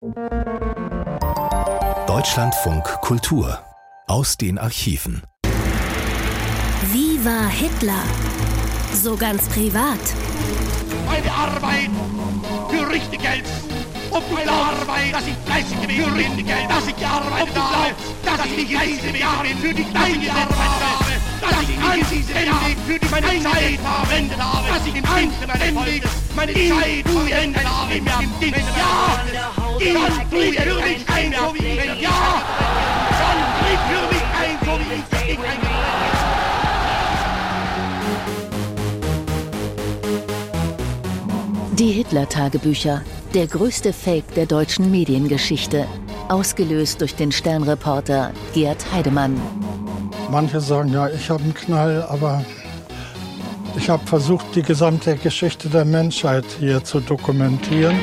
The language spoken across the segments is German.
Deutschlandfunk Kultur aus den Archiven. Wie war Hitler? So ganz privat. Meine Arbeit für richtig Geld. Und meine Arbeit, dass ich fleißig gewesen für richtig Geld. Dass ich gearbeitet habe, dass ich fleißig gewesen bin für die kleine gearbeitet habe. Dass ich anständig für die meine Zeit verwendet habe. Dass ich anständig meine Zeit verwendet habe. Ja, dann tue ich für mich ein, so wie ich bin. Ja, dann tue ich für mich ein, so wie ich bin. Die Hitler-Tagebücher, der größte Fake der deutschen Mediengeschichte, ausgelöst durch den Stern-Reporter Gerd Heidemann. Manche sagen, ja, ich habe einen Knall, aber ich habe versucht, die gesamte Geschichte der Menschheit hier zu dokumentieren.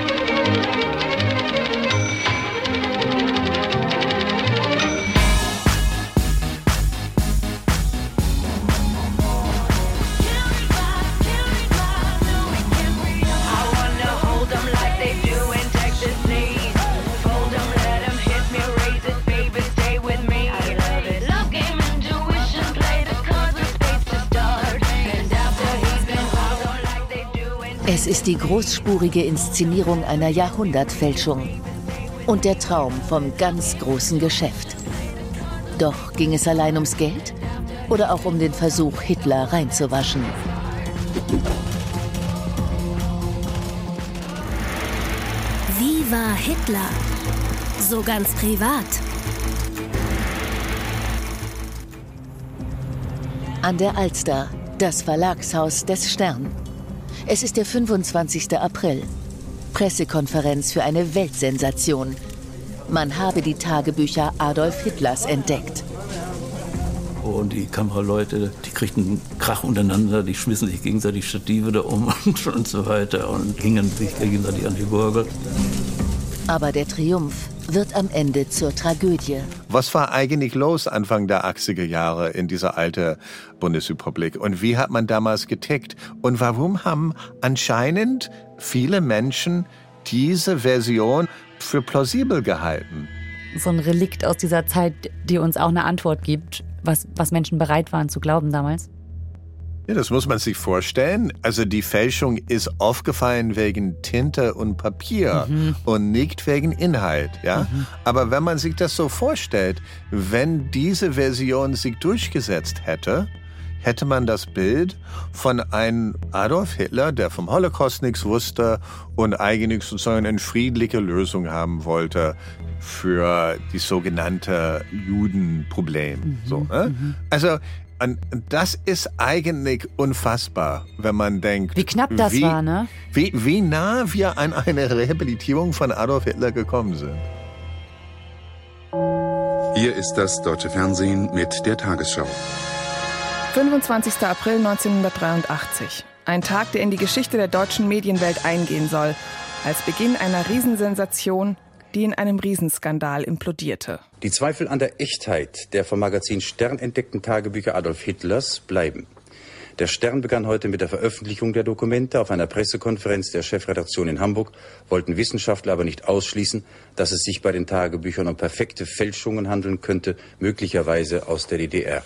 Es ist die großspurige Inszenierung einer Jahrhundertfälschung und der Traum vom ganz großen Geschäft. Doch ging es allein ums Geld oder auch um den Versuch, Hitler reinzuwaschen? Wie war Hitler? So ganz privat. An der Alster, das Verlagshaus des Stern. Es ist der 25. April. Pressekonferenz für eine Weltsensation. Man habe die Tagebücher Adolf Hitlers entdeckt. Und die Kameraleute, die kriegten einen Krach untereinander, die schmissen sich gegenseitig Stative da um und so weiter und hingen sich gegenseitig an die Gurgel. Aber der Triumph wird am Ende zur Tragödie. Was war eigentlich los Anfang der 80er Jahre in dieser alten Bundesrepublik? Und wie hat man damals getickt? Und warum haben anscheinend viele Menschen diese Version für plausibel gehalten? So ein Relikt aus dieser Zeit, die uns auch eine Antwort gibt, was Menschen bereit waren zu glauben damals. Ja, das muss man sich vorstellen. Also die Fälschung ist aufgefallen wegen Tinte und Papier und nicht wegen Inhalt. Ja? Aber wenn man sich das so vorstellt, wenn diese Version sich durchgesetzt hätte, hätte man das Bild von einem Adolf Hitler, der vom Holocaust nichts wusste und eigentlich sozusagen eine friedliche Lösung haben wollte für die sogenannte Judenproblem. Also und das ist eigentlich unfassbar, wenn man denkt, wie knapp das war, ne? Wie nah wir an eine Rehabilitierung von Adolf Hitler gekommen sind. Hier ist das Deutsche Fernsehen mit der Tagesschau. 25. April 1983. Ein Tag, der in die Geschichte der deutschen Medienwelt eingehen soll, als Beginn einer Riesensensation, die in einem Riesenskandal implodierte. Die Zweifel an der Echtheit der vom Magazin Stern entdeckten Tagebücher Adolf Hitlers bleiben. Der Stern begann heute mit der Veröffentlichung der Dokumente. Auf einer Pressekonferenz der Chefredaktion in Hamburg wollten Wissenschaftler aber nicht ausschließen, dass es sich bei den Tagebüchern um perfekte Fälschungen handeln könnte, möglicherweise aus der DDR.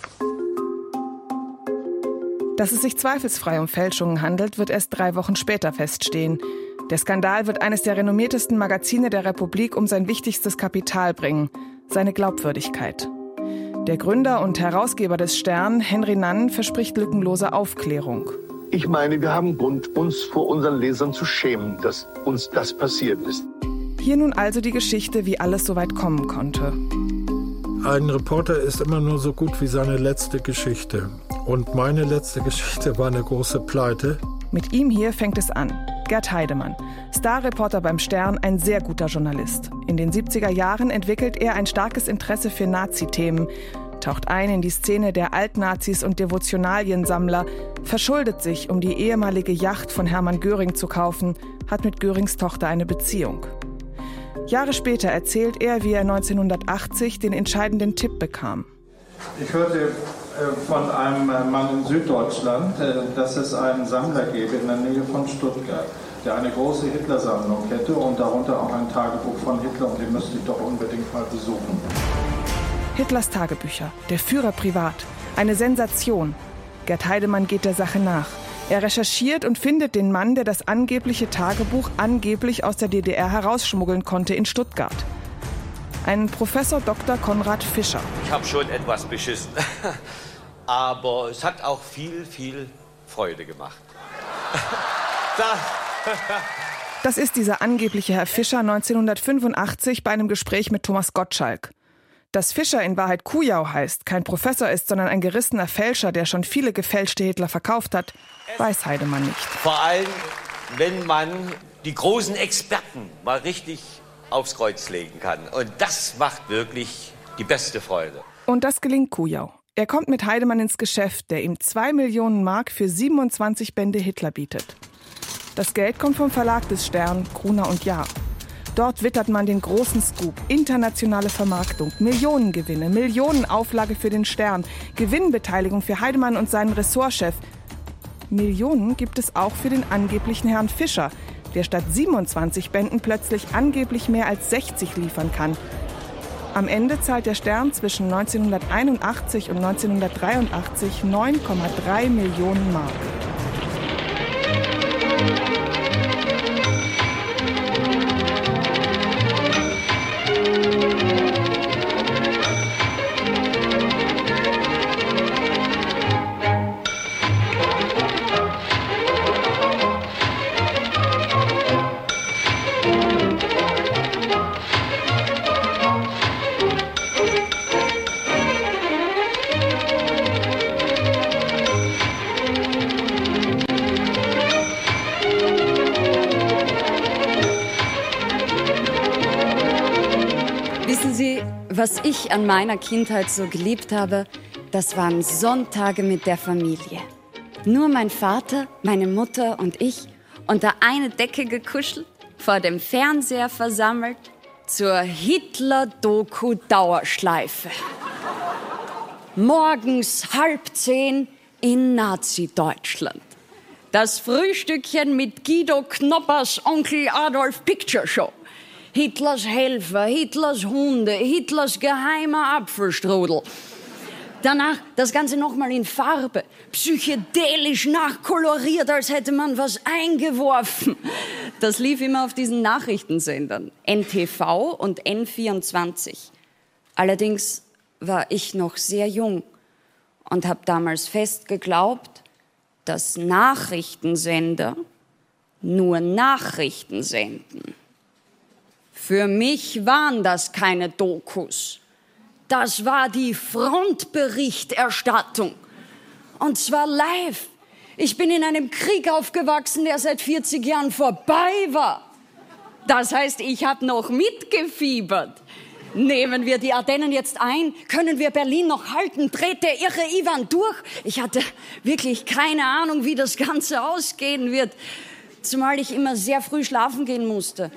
Dass es sich zweifelsfrei um Fälschungen handelt, wird erst 3 Wochen später feststehen. Der Skandal wird eines der renommiertesten Magazine der Republik um sein wichtigstes Kapital bringen, seine Glaubwürdigkeit. Der Gründer und Herausgeber des Stern, Henry Nannen, verspricht lückenlose Aufklärung. Ich meine, wir haben Grund, uns vor unseren Lesern zu schämen, dass uns das passiert ist. Hier nun also die Geschichte, wie alles so weit kommen konnte. Ein Reporter ist immer nur so gut wie seine letzte Geschichte. Und meine letzte Geschichte war eine große Pleite. Mit ihm hier fängt es an. Gerd Heidemann, Starreporter beim Stern, ein sehr guter Journalist. In den 70er Jahren entwickelt er ein starkes Interesse für Nazi-Themen, taucht ein in die Szene der Altnazis und Devotionaliensammler, verschuldet sich, um die ehemalige Yacht von Hermann Göring zu kaufen, hat mit Görings Tochter eine Beziehung. Jahre später erzählt er, wie er 1980 den entscheidenden Tipp bekam. Ich hörte von einem Mann in Süddeutschland, dass es einen Sammler gäbe in der Nähe von Stuttgart. der eine große Hitler-Sammlung hätte und darunter auch ein Tagebuch von Hitler, und den müsste ich doch unbedingt mal besuchen. Hitlers Tagebücher, der Führer privat, eine Sensation. Gerd Heidemann geht der Sache nach. Er recherchiert und findet den Mann, der das angebliche Tagebuch angeblich aus der DDR herausschmuggeln konnte in Stuttgart. Ein Professor Dr. Konrad Fischer. Ich habe schon etwas beschissen, aber es hat auch viel Freude gemacht. Das ist dieser angebliche Herr Fischer 1985 bei einem Gespräch mit Thomas Gottschalk. Dass Fischer in Wahrheit Kujau heißt, kein Professor ist, sondern ein gerissener Fälscher, der schon viele gefälschte Hitler verkauft hat, weiß Heidemann nicht. Vor allem, wenn man die großen Experten mal richtig aufs Kreuz legen kann. Und das macht wirklich die beste Freude. Und das gelingt Kujau. Er kommt mit Heidemann ins Geschäft, der ihm 2 Millionen Mark für 27 Bände Hitler bietet. Das Geld kommt vom Verlag des Stern, Gruner und Jahr. Dort wittert man den großen Scoop, internationale Vermarktung, Millionengewinne, Millionenauflage für den Stern, Gewinnbeteiligung für Heidemann und seinen Ressortchef. Millionen gibt es auch für den angeblichen Herrn Fischer, der statt 27 Bänden plötzlich angeblich mehr als 60 liefern kann. Am Ende zahlt der Stern zwischen 1981 und 1983 9,3 Millionen Mark. Was ich an meiner Kindheit so geliebt habe, das waren Sonntage mit der Familie. Nur mein Vater, meine Mutter und ich unter eine Decke gekuschelt, vor dem Fernseher versammelt, zur Hitler-Doku-Dauerschleife. Morgens 9:30 in Nazi-Deutschland. Das Frühstückchen mit Guido Knoppers Onkel Adolf Picture Show. Hitlers Helfer, Hitlers Hunde, Hitlers geheimer Apfelstrudel. Danach das Ganze nochmal in Farbe, psychedelisch nachkoloriert, als hätte man was eingeworfen. Das lief immer auf diesen Nachrichtensendern, NTV und N24. Allerdings war ich noch sehr jung und habe damals fest geglaubt, dass Nachrichtensender nur Nachrichten senden. Für mich waren das keine Dokus. Das war die Frontberichterstattung. Und zwar live. Ich bin in einem Krieg aufgewachsen, der seit 40 Jahren vorbei war. Das heißt, ich habe noch mitgefiebert. Nehmen wir die Ardennen jetzt ein? Können wir Berlin noch halten? Dreht der irre Ivan durch? Ich hatte wirklich keine Ahnung, wie das Ganze ausgehen wird. Zumal ich immer sehr früh schlafen gehen musste.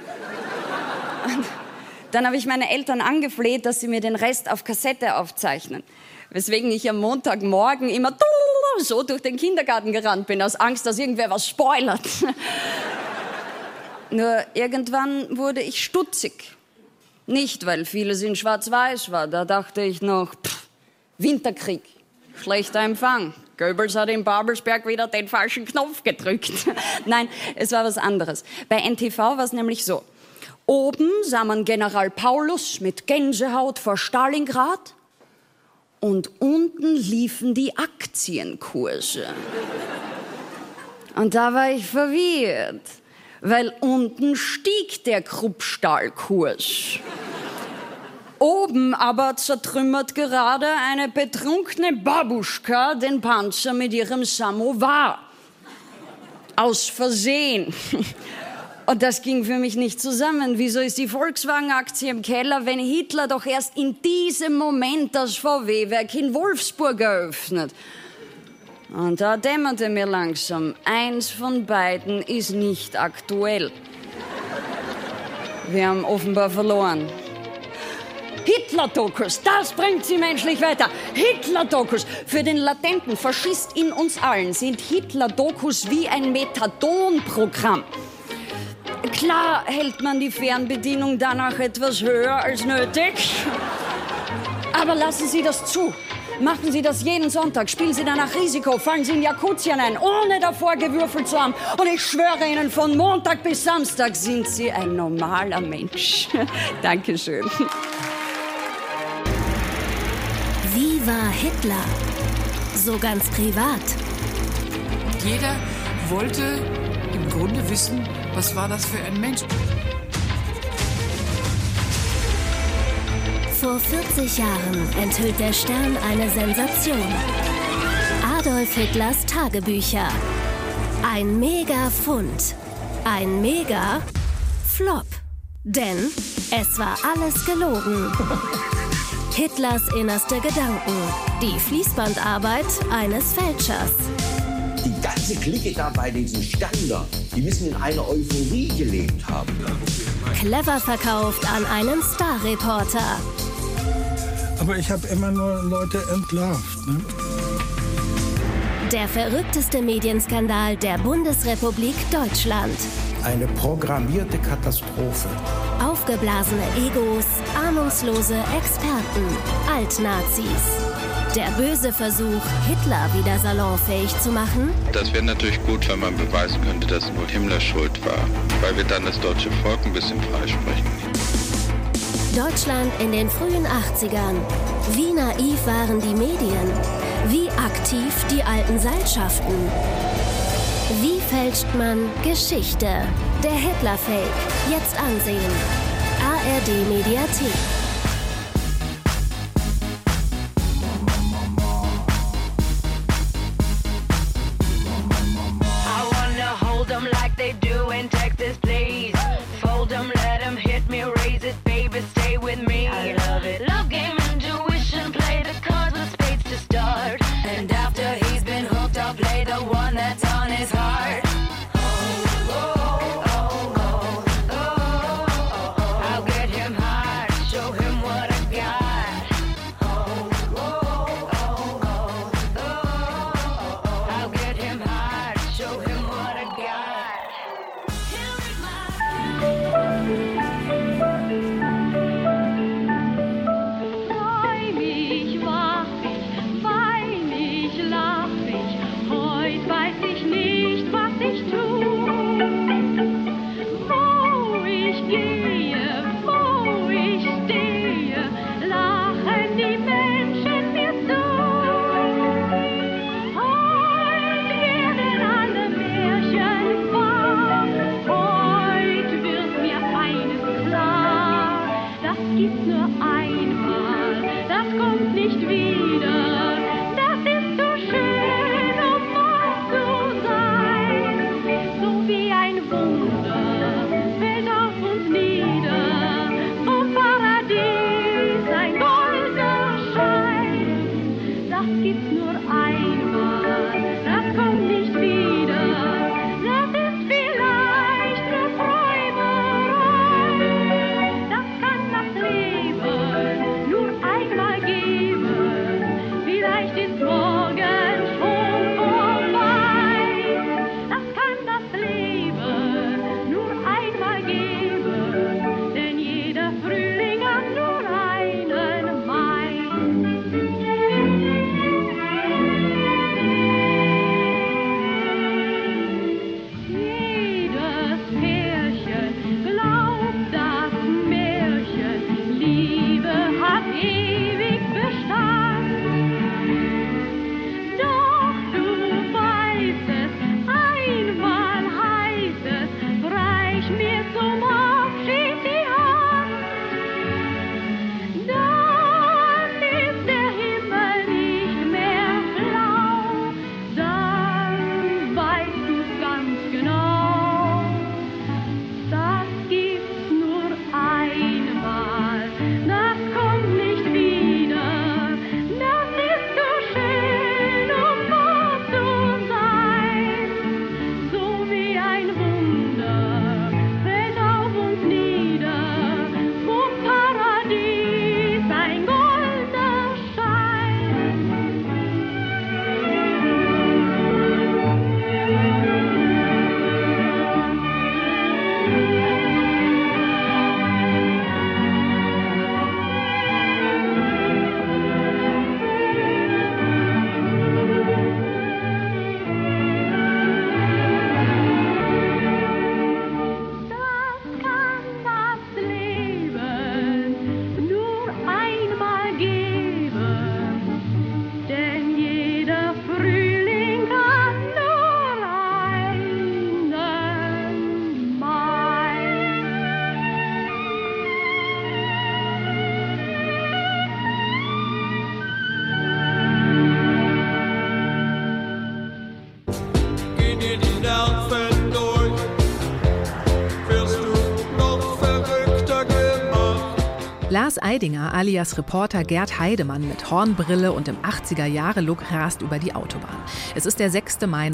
Dann habe ich meine Eltern angefleht, dass sie mir den Rest auf Kassette aufzeichnen. Weswegen ich am Montagmorgen immer so durch den Kindergarten gerannt bin, aus Angst, dass irgendwer was spoilert. Nur irgendwann wurde ich stutzig. Nicht, weil vieles in Schwarz-Weiß war. Da dachte ich noch, Winterkrieg, schlechter Empfang. Goebbels hat in Babelsberg wieder den falschen Knopf gedrückt. Nein, es war was anderes. Bei NTV war es nämlich so. Oben sah man General Paulus mit Gänsehaut vor Stalingrad und unten liefen die Aktienkurse. Und da war ich verwirrt, weil unten stieg der Kruppstahlkurs. Oben aber zertrümmert gerade eine betrunkene Babuschka den Panzer mit ihrem Samovar. Aus Versehen. Und das ging für mich nicht zusammen. Wieso ist die Volkswagen-Aktie im Keller, wenn Hitler doch erst in diesem Moment das VW-Werk in Wolfsburg eröffnet? Und da dämmerte mir langsam, eins von beiden ist nicht aktuell. Wir haben offenbar verloren. Hitler-Dokus, das bringt sie menschlich weiter. Hitler-Dokus. Für den latenten Faschist in uns allen sind Hitler-Dokus wie ein Methadon-Programm. Klar hält man die Fernbedienung danach etwas höher als nötig. Aber lassen Sie das zu. Machen Sie das jeden Sonntag. Spielen Sie danach Risiko. Fallen Sie in Jacuzzi ein, ohne davor gewürfelt zu haben. Und ich schwöre Ihnen, von Montag bis Samstag sind Sie ein normaler Mensch. Dankeschön. Wie war Hitler? So ganz privat. Jeder wollte im Grunde wissen, was war das für ein Mensch. Vor 40 Jahren enthüllt der Stern eine Sensation. Adolf Hitlers Tagebücher. Ein Mega-Fund. Ein Mega-Flop. Denn es war alles gelogen. Hitlers innerste Gedanken. Die Fließbandarbeit eines Fälschers. Die ganze Clique da bei diesen Sternen, die müssen in einer Euphorie gelebt haben. Clever verkauft an einen Starreporter. Aber ich habe immer nur Leute entlarvt. Ne? Der verrückteste Medienskandal der Bundesrepublik Deutschland. Eine programmierte Katastrophe. Aufgeblasene Egos, ahnungslose Experten, Altnazis. Der böse Versuch, Hitler wieder salonfähig zu machen. Das wäre natürlich gut, wenn man beweisen könnte, dass nur Himmler schuld war, weil wir dann das deutsche Volk ein bisschen freisprechen. Deutschland in den frühen 80ern. Wie naiv waren die Medien? Wie aktiv die alten Seilschaften? Wie fälscht man Geschichte? Der Hitler-Fake. Jetzt ansehen. ARD Mediathek. Show him Lars Eidinger alias Reporter Gerd Heidemann mit Hornbrille und im 80er-Jahre-Look rast über die Autobahn. Es ist der 6. Mai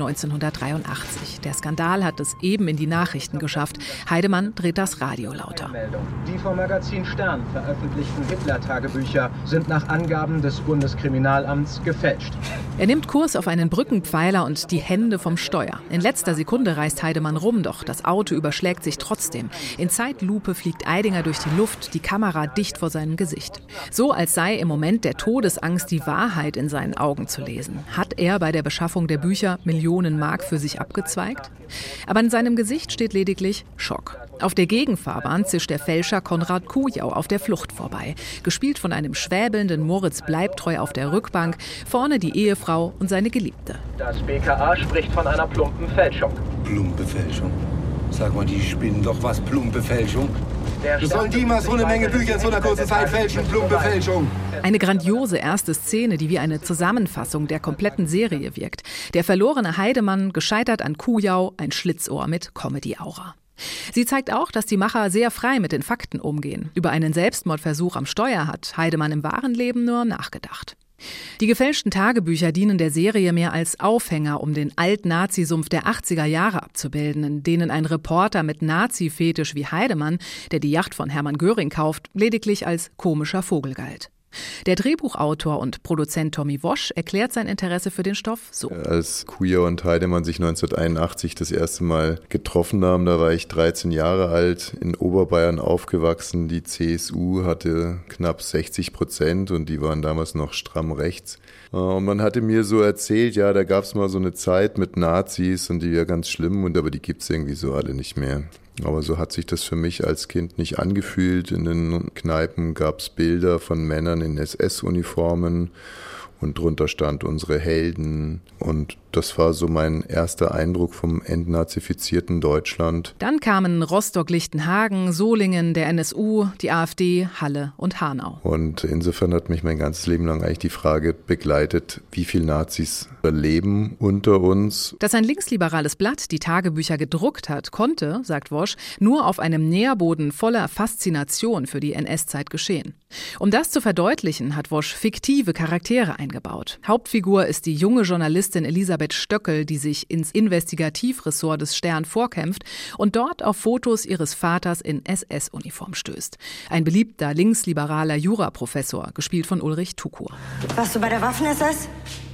1983. Der Skandal hat es eben in die Nachrichten geschafft. Heidemann dreht das Radio lauter. Die vom Magazin Stern veröffentlichten Hitler-Tagebücher sind nach Angaben des Bundeskriminalamts gefälscht. Er nimmt Kurs auf einen Brückenpfeiler und die Hände vom Steuer. In letzter Sekunde reißt Heidemann rum, doch das Auto überschlägt sich trotzdem. In Zeitlupe fliegt Eidinger durch die Luft, die Kamera dicht vor seinem Gesicht. So, als sei im Moment der Todesangst die Wahrheit in seinen Augen zu lesen. Hat er bei der Beschaffung der Bücher Millionen Mark für sich abgezweigt? Aber in seinem Gesicht steht lediglich Schock. Auf der Gegenfahrbahn zischt der Fälscher Konrad Kujau auf der Flucht vorbei. Gespielt von einem schwäbelnden Moritz Bleibtreu auf der Rückbank, vorne die Ehefrau und seine Geliebte. Das BKA spricht von einer plumpen Fälschung. Plumpe Fälschung? Sag mal, die spinnen doch was, plumpe Fälschung? Sollen die mal so eine Menge Bücher in so einer kurzen Zeit fälschen, plumpe Fälschung? Eine grandiose erste Szene, die wie eine Zusammenfassung der kompletten Serie wirkt. Der verlorene Heidemann, gescheitert an Kujau, ein Schlitzohr mit Comedy-Aura. Sie zeigt auch, dass die Macher sehr frei mit den Fakten umgehen. Über einen Selbstmordversuch am Steuer hat Heidemann im wahren Leben nur nachgedacht. Die gefälschten Tagebücher dienen der Serie mehr als Aufhänger, um den Alt-Nazi-Sumpf der 80er Jahre abzubilden, in denen ein Reporter mit Nazi-Fetisch wie Heidemann, der die Yacht von Hermann Göring kauft, lediglich als komischer Vogel galt. Der Drehbuchautor und Produzent Tommy Wosch erklärt sein Interesse für den Stoff so. Als Kujau und Heidemann sich 1981 das erste Mal getroffen haben, da war ich 13 Jahre alt, in Oberbayern aufgewachsen. Die CSU hatte knapp 60% und die waren damals noch stramm rechts. Und man hatte mir so erzählt, ja, da gab es mal so eine Zeit mit Nazis und die wäre ganz schlimm, aber die gibt es irgendwie so alle nicht mehr. Aber so hat sich das für mich als Kind nicht angefühlt. In den Kneipen gab es Bilder von Männern in SS-Uniformen und drunter stand unsere Helden. Und das war so mein erster Eindruck vom entnazifizierten Deutschland. Dann kamen Rostock, Lichtenhagen, Solingen, der NSU, die AfD, Halle und Hanau. Und insofern hat mich mein ganzes Leben lang eigentlich die Frage begleitet, wie viele Nazis leben unter uns. Dass ein linksliberales Blatt die Tagebücher gedruckt hat, konnte, sagt Wosch, nur auf einem Nährboden voller Faszination für die NS-Zeit geschehen. Um das zu verdeutlichen, hat Wosch fiktive Charaktere eingebaut. Hauptfigur ist die junge Journalistin Elisabeth Stöckel, die sich ins Investigativressort des Stern vorkämpft und dort auf Fotos ihres Vaters in SS-Uniform stößt. Ein beliebter linksliberaler Juraprofessor, gespielt von Ulrich Tukur. Warst du bei der Waffen-SS?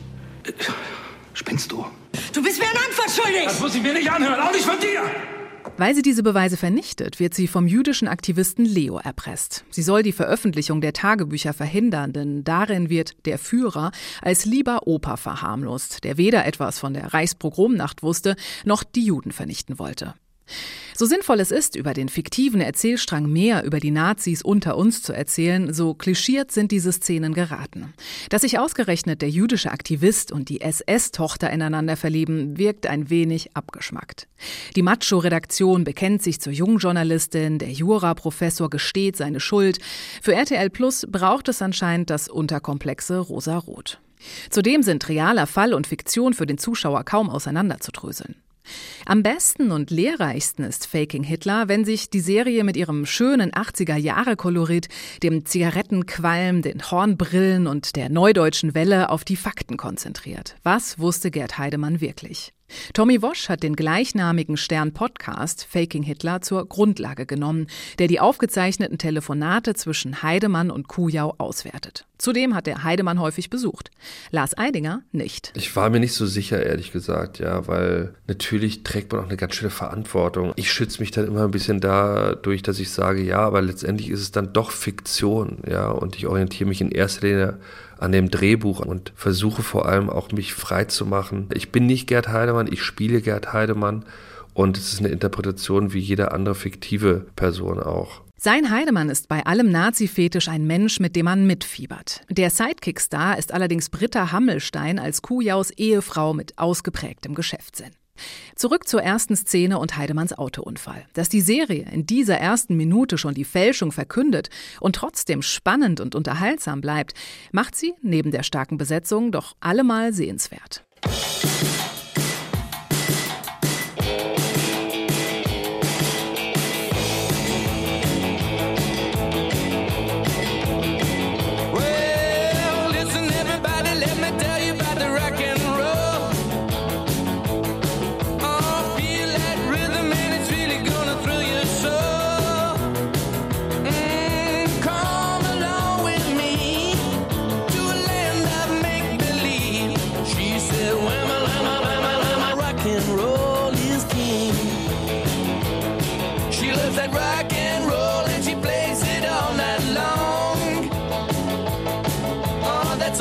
Spinnst du? Du bist mir eine Antwort schuldig! Das muss ich mir nicht anhören, auch nicht von dir! Weil sie diese Beweise vernichtet, wird sie vom jüdischen Aktivisten Leo erpresst. Sie soll die Veröffentlichung der Tagebücher verhindern, denn darin wird der Führer als lieber Opa verharmlost, der weder etwas von der Reichspogromnacht wusste, noch die Juden vernichten wollte. So sinnvoll es ist, über den fiktiven Erzählstrang mehr über die Nazis unter uns zu erzählen, so klischiert sind diese Szenen geraten. Dass sich ausgerechnet der jüdische Aktivist und die SS-Tochter ineinander verlieben, wirkt ein wenig abgeschmackt. Die Macho-Redaktion bekennt sich zur Jungjournalistin, der Juraprofessor gesteht seine Schuld. Für RTL Plus braucht es anscheinend das unterkomplexe Rosa-Rot. Zudem sind realer Fall und Fiktion für den Zuschauer kaum auseinanderzudröseln. Am besten und lehrreichsten ist Faking Hitler, wenn sich die Serie mit ihrem schönen 80er-Jahre-Kolorit, dem Zigarettenqualm, den Hornbrillen und der neudeutschen Welle auf die Fakten konzentriert. Was wusste Gerd Heidemann wirklich? Tommy Wosch hat den gleichnamigen Stern-Podcast Faking Hitler zur Grundlage genommen, der die aufgezeichneten Telefonate zwischen Heidemann und Kujau auswertet. Zudem hat er Heidemann häufig besucht. Lars Eidinger nicht. Ich war mir nicht so sicher, ehrlich gesagt, ja, weil natürlich trägt man auch eine ganz schöne Verantwortung. Ich schütze mich dann immer ein bisschen dadurch, dass ich sage, ja, aber letztendlich ist es dann doch Fiktion, ja, und ich orientiere mich in erster Linie an dem Drehbuch und versuche vor allem auch mich frei zu machen. Ich bin nicht Gerd Heidemann, ich spiele Gerd Heidemann und es ist eine Interpretation wie jede andere fiktive Person auch. Sein Heidemann ist bei allem Nazi-Fetisch ein Mensch, mit dem man mitfiebert. Der Sidekick-Star ist allerdings Britta Hammelstein als Kujaus Ehefrau mit ausgeprägtem Geschäftssinn. Zurück zur ersten Szene und Heidemanns Autounfall. Dass die Serie in dieser ersten Minute schon die Fälschung verkündet und trotzdem spannend und unterhaltsam bleibt, macht sie, neben der starken Besetzung, doch allemal sehenswert.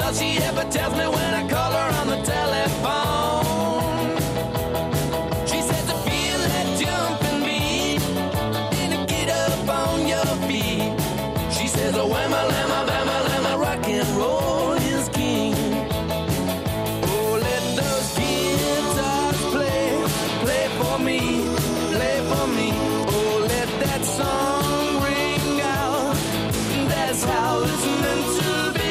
all she ever tells me when I call her on the telephone. She says to feel that jumping beat and to get up on your feet. She says, oh, whamma, lamma, bamma, lamma, rock and roll is king. Oh, let those guitars play, play for me, play for me. Oh, let that song ring out, that's how it's meant to be.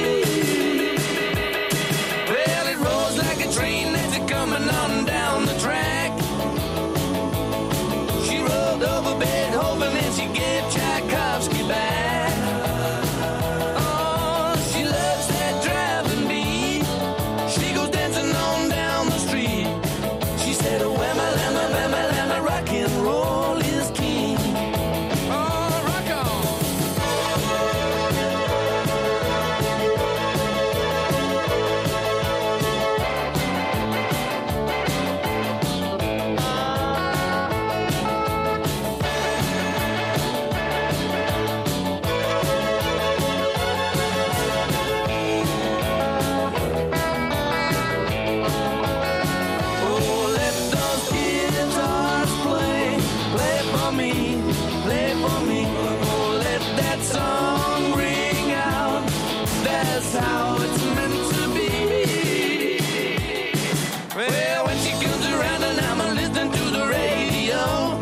Well, it rolls like a train that's coming on down the track. She rolled over Beethoven and she gave Tchaikovsky back. Oh, she loves that driving beat. She goes dancing on down the street. She said, oh, whamma, lamma, bamma, lamma, rock and roll is king. Oh, rock on. Oh, let those guitars play, play for me, play for me. Oh, let that song ring out, that's how it's meant to be. Well, when she comes around and I'm listening to the radio,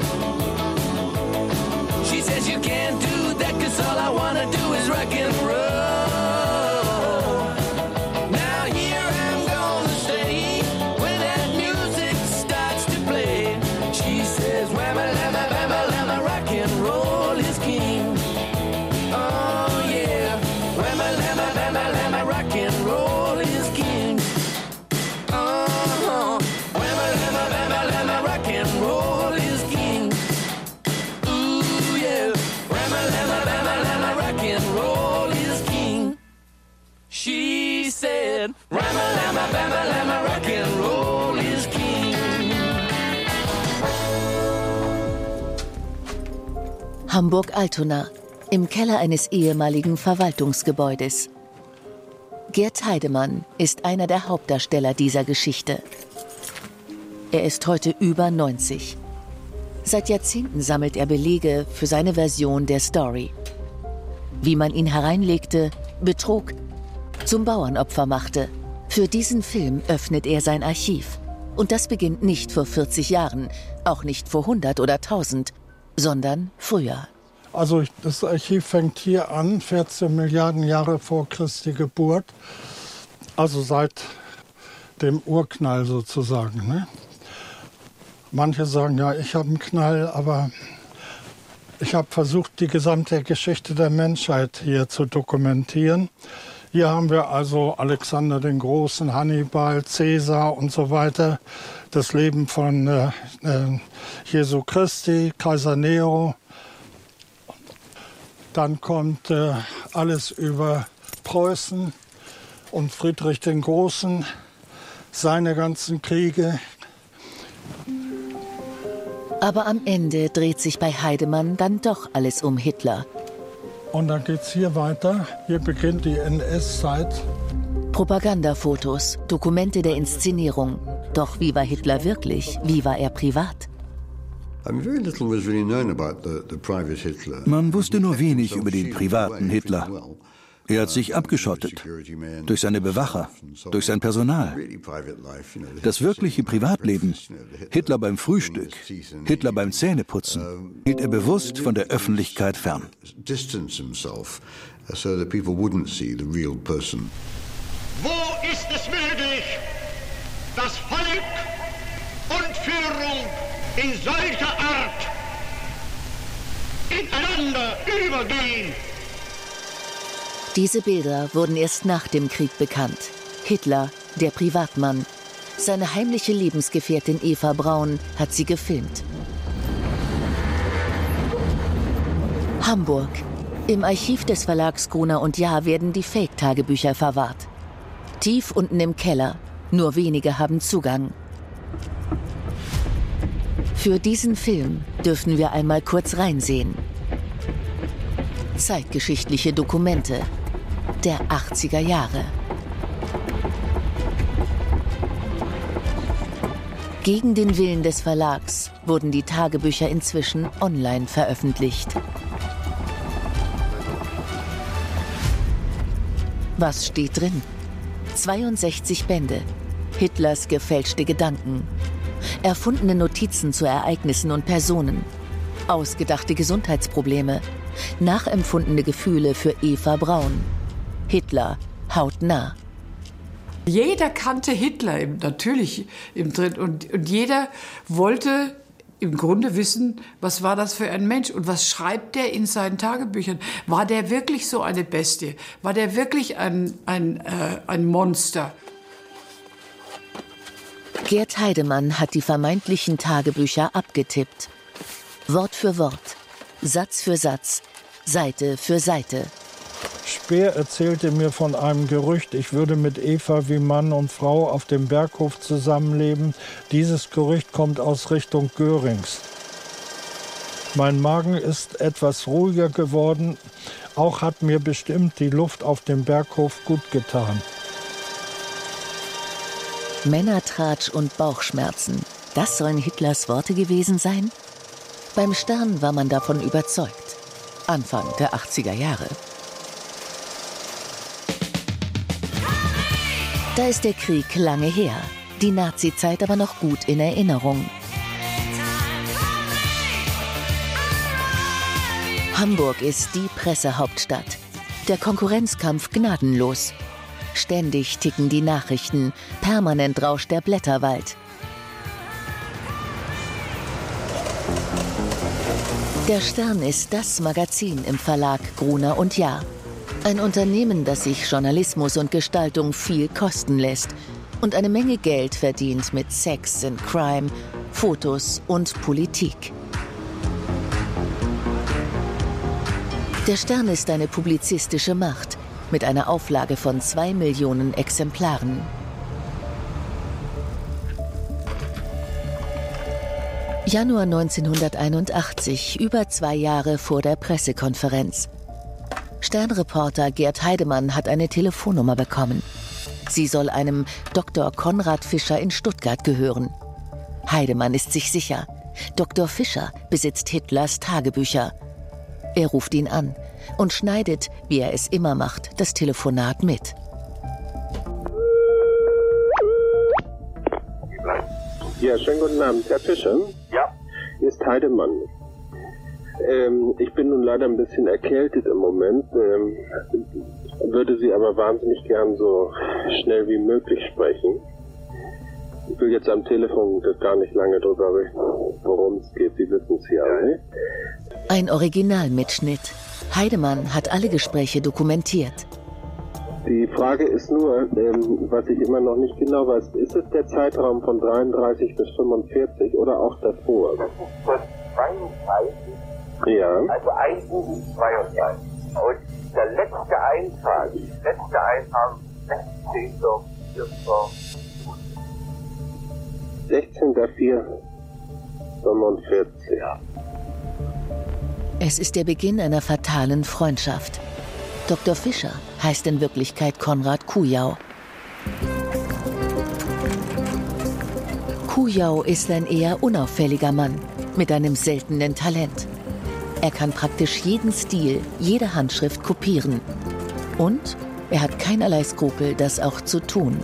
she says you can't do that 'cause all I wanna do is rock and roll. Now here I'm gonna stay when that music starts to play. She says, whamma, lamma, bamma, lamma, rock and roll is king. Oh yeah, whamma, lamma, bamma, lamma, rock and roll is king. Uh-huh, whamma, lamma, bamma, lamma, rock and roll is king. Ooh yeah, whamma, lamma, bamma, lamma, rock and roll is king. She said, whamma, lamma, bamma, lamma, rock and roll is king. Hamburg-Altona, im Keller eines ehemaligen Verwaltungsgebäudes. Gerd Heidemann ist einer der Hauptdarsteller dieser Geschichte. Er ist heute über 90. Seit Jahrzehnten sammelt er Belege für seine Version der Story. Wie man ihn hereinlegte, betrog, zum Bauernopfer machte. Für diesen Film öffnet er sein Archiv. Und das beginnt nicht vor 40 Jahren, auch nicht vor 100 oder 1000, sondern früher. Also das Archiv fängt hier an, 14 Milliarden Jahre vor Christi Geburt, also seit dem Urknall sozusagen. Ne? Manche sagen, ja, ich habe einen Knall, aber ich habe versucht, die gesamte Geschichte der Menschheit hier zu dokumentieren. Hier haben wir also Alexander den Großen, Hannibal, Caesar und so weiter, das Leben von Jesu Christi, Kaiser Nero. Dann kommt alles über Preußen und Friedrich den Großen, seine ganzen Kriege. Aber am Ende dreht sich bei Heidemann dann doch alles um Hitler. Und dann geht's hier weiter. Hier beginnt die NS-Zeit. Propagandafotos, Dokumente der Inszenierung. Doch wie war Hitler wirklich? Wie war er privat? Man wusste nur wenig über den privaten Hitler. Er hat sich abgeschottet. Durch seine Bewacher, durch sein Personal. Das wirkliche Privatleben, Hitler beim Frühstück, Hitler beim Zähneputzen, hielt er bewusst von der Öffentlichkeit fern. Wo ist es möglich, dass Volk und Führung in solcher Art ineinander übergehen? Diese Bilder wurden erst nach dem Krieg bekannt. Hitler, der Privatmann. Seine heimliche Lebensgefährtin Eva Braun hat sie gefilmt. Hamburg. Im Archiv des Verlags Gruner und Jahr werden die Fake-Tagebücher verwahrt. Tief unten im Keller. Nur wenige haben Zugang. Für diesen Film dürfen wir einmal kurz reinsehen. Zeitgeschichtliche Dokumente der 80er Jahre. Gegen den Willen des Verlags wurden die Tagebücher inzwischen online veröffentlicht. Was steht drin? 62 Bände. Hitlers gefälschte Gedanken. Erfundene Notizen zu Ereignissen und Personen. Ausgedachte Gesundheitsprobleme. Nachempfundene Gefühle für Eva Braun. Hitler hautnah. Jeder kannte Hitler natürlich drin und jeder wollte im Grunde wissen, was war das für ein Mensch und was schreibt der in seinen Tagebüchern? War der wirklich so eine Bestie? War der wirklich ein Monster? Gerd Heidemann hat die vermeintlichen Tagebücher abgetippt. Wort für Wort, Satz für Satz, Seite für Seite. Speer erzählte mir von einem Gerücht, ich würde mit Eva wie Mann und Frau auf dem Berghof zusammenleben. Dieses Gerücht kommt aus Richtung Görings. Mein Magen ist etwas ruhiger geworden. Auch hat mir bestimmt die Luft auf dem Berghof gut getan. Männertratsch und Bauchschmerzen, das sollen Hitlers Worte gewesen sein? Beim Stern war man davon überzeugt. Anfang der 80er Jahre. Da ist der Krieg lange her, die Nazizeit aber noch gut in Erinnerung. Hamburg ist die Pressehauptstadt. Der Konkurrenzkampf gnadenlos. Ständig ticken die Nachrichten, permanent rauscht der Blätterwald. Der Stern ist das Magazin im Verlag Gruner & Jahr. Ein Unternehmen, das sich Journalismus und Gestaltung viel kosten lässt und eine Menge Geld verdient mit Sex and Crime, Fotos und Politik. Der Stern ist eine publizistische Macht mit einer Auflage von 2 Millionen Exemplaren. Januar 1981, über 2 Jahre vor der Pressekonferenz. Sternreporter Gerd Heidemann hat eine Telefonnummer bekommen. Sie soll einem Dr. Konrad Fischer in Stuttgart gehören. Heidemann ist sich sicher, Dr. Fischer besitzt Hitlers Tagebücher. Er ruft ihn an und schneidet, wie er es immer macht, das Telefonat mit. Ja, schönen guten Abend, Herr Fischer. Ja. Hier ist Heidemann. Ich bin nun leider ein bisschen erkältet im Moment, würde Sie aber wahnsinnig gern so schnell wie möglich sprechen. Ich will jetzt am Telefon gar nicht lange drüber reden, worum es geht, Sie wissen es ja, ne? Ein Originalmitschnitt. Heidemann hat alle Gespräche dokumentiert. Die Frage ist nur, was ich immer noch nicht genau weiß, ist es der Zeitraum von 33 bis 45 oder auch davor? Das ist von 32. Ja. Also 1 bis 32. Und der letzte Eintrag 16.04.45. Ja. Es ist der Beginn einer fatalen Freundschaft. Dr. Fischer heißt in Wirklichkeit Konrad Kujau. Kujau ist ein eher unauffälliger Mann mit einem seltenen Talent. Er kann praktisch jeden Stil, jede Handschrift kopieren. Und er hat keinerlei Skrupel, das auch zu tun.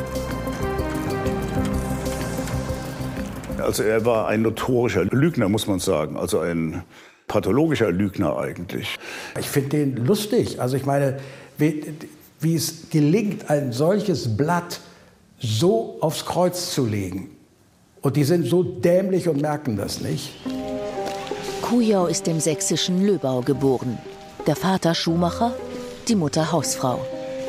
Also er war ein notorischer Lügner, muss man sagen. Also ein pathologischer Lügner eigentlich. Ich finde den lustig. Also ich meine, wie es gelingt, ein solches Blatt so aufs Kreuz zu legen. Und die sind so dämlich und merken das nicht. Kujau ist im sächsischen Löbau geboren. Der Vater Schuhmacher, die Mutter Hausfrau.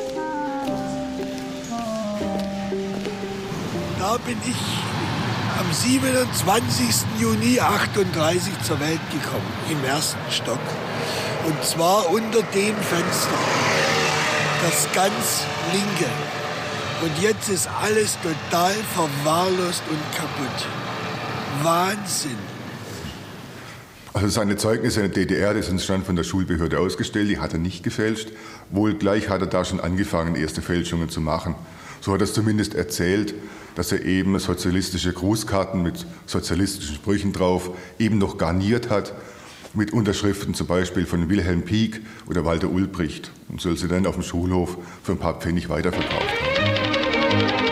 Da bin ich am 27. Juni 1938 zur Welt gekommen, im 1. Stock. Und zwar unter dem Fenster, das ganz linke. Und jetzt ist alles total verwahrlost und kaputt. Wahnsinn. Also seine Zeugnisse in der DDR, die sind schon von der Schulbehörde ausgestellt, die hat er nicht gefälscht. Wohl gleich hat er da schon angefangen, erste Fälschungen zu machen. So hat er es zumindest erzählt, dass er eben sozialistische Grußkarten mit sozialistischen Sprüchen drauf eben noch garniert hat, mit Unterschriften zum Beispiel von Wilhelm Pieck oder Walter Ulbricht und soll sie dann auf dem Schulhof für ein paar Pfennig weiterverkauft haben.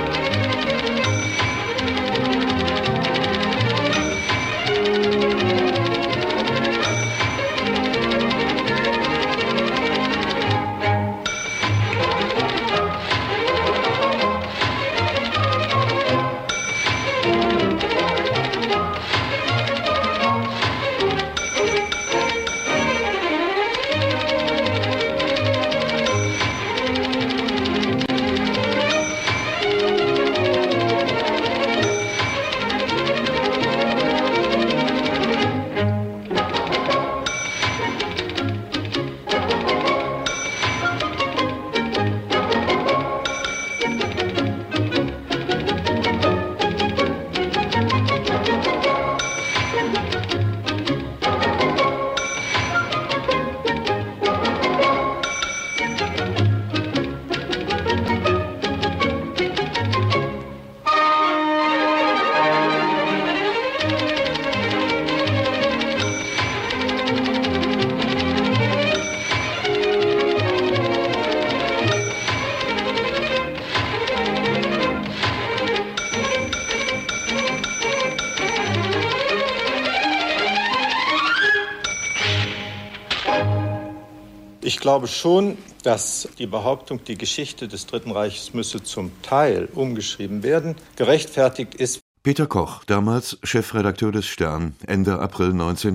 Ich glaube schon, dass die Behauptung, die Geschichte des Dritten Reiches müsse zum Teil umgeschrieben werden, gerechtfertigt ist. Peter Koch, damals Chefredakteur des Stern, Ende April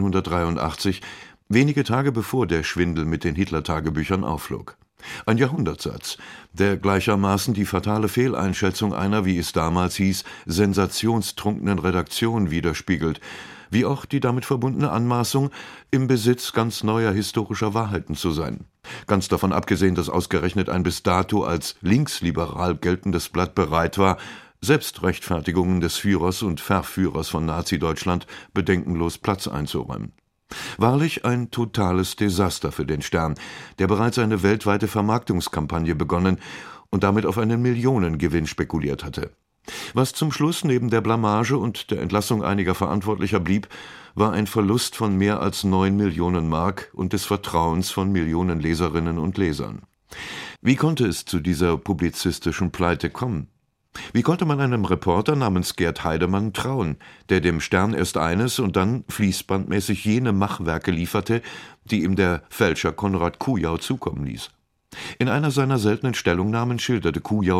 1983, wenige Tage bevor der Schwindel mit den Hitler-Tagebüchern aufflog. Ein Jahrhundertsatz, der gleichermaßen die fatale Fehleinschätzung einer, wie es damals hieß, sensationstrunkenen Redaktion widerspiegelt, wie auch die damit verbundene Anmaßung, im Besitz ganz neuer historischer Wahrheiten zu sein. Ganz davon abgesehen, dass ausgerechnet ein bis dato als linksliberal geltendes Blatt bereit war, Selbstrechtfertigungen des Führers und Verführers von Nazi-Deutschland bedenkenlos Platz einzuräumen. Wahrlich ein totales Desaster für den Stern, der bereits eine weltweite Vermarktungskampagne begonnen und damit auf einen Millionengewinn spekuliert hatte. Was zum Schluss neben der Blamage und der Entlassung einiger Verantwortlicher blieb, war ein Verlust von mehr als 9 Millionen Mark und des Vertrauens von Millionen Leserinnen und Lesern. Wie konnte es zu dieser publizistischen Pleite kommen? Wie konnte man einem Reporter namens Gerd Heidemann trauen, der dem Stern erst eines und dann fließbandmäßig jene Machwerke lieferte, die ihm der Fälscher Konrad Kujau zukommen ließ? In einer seiner seltenen Stellungnahmen schilderte Kujau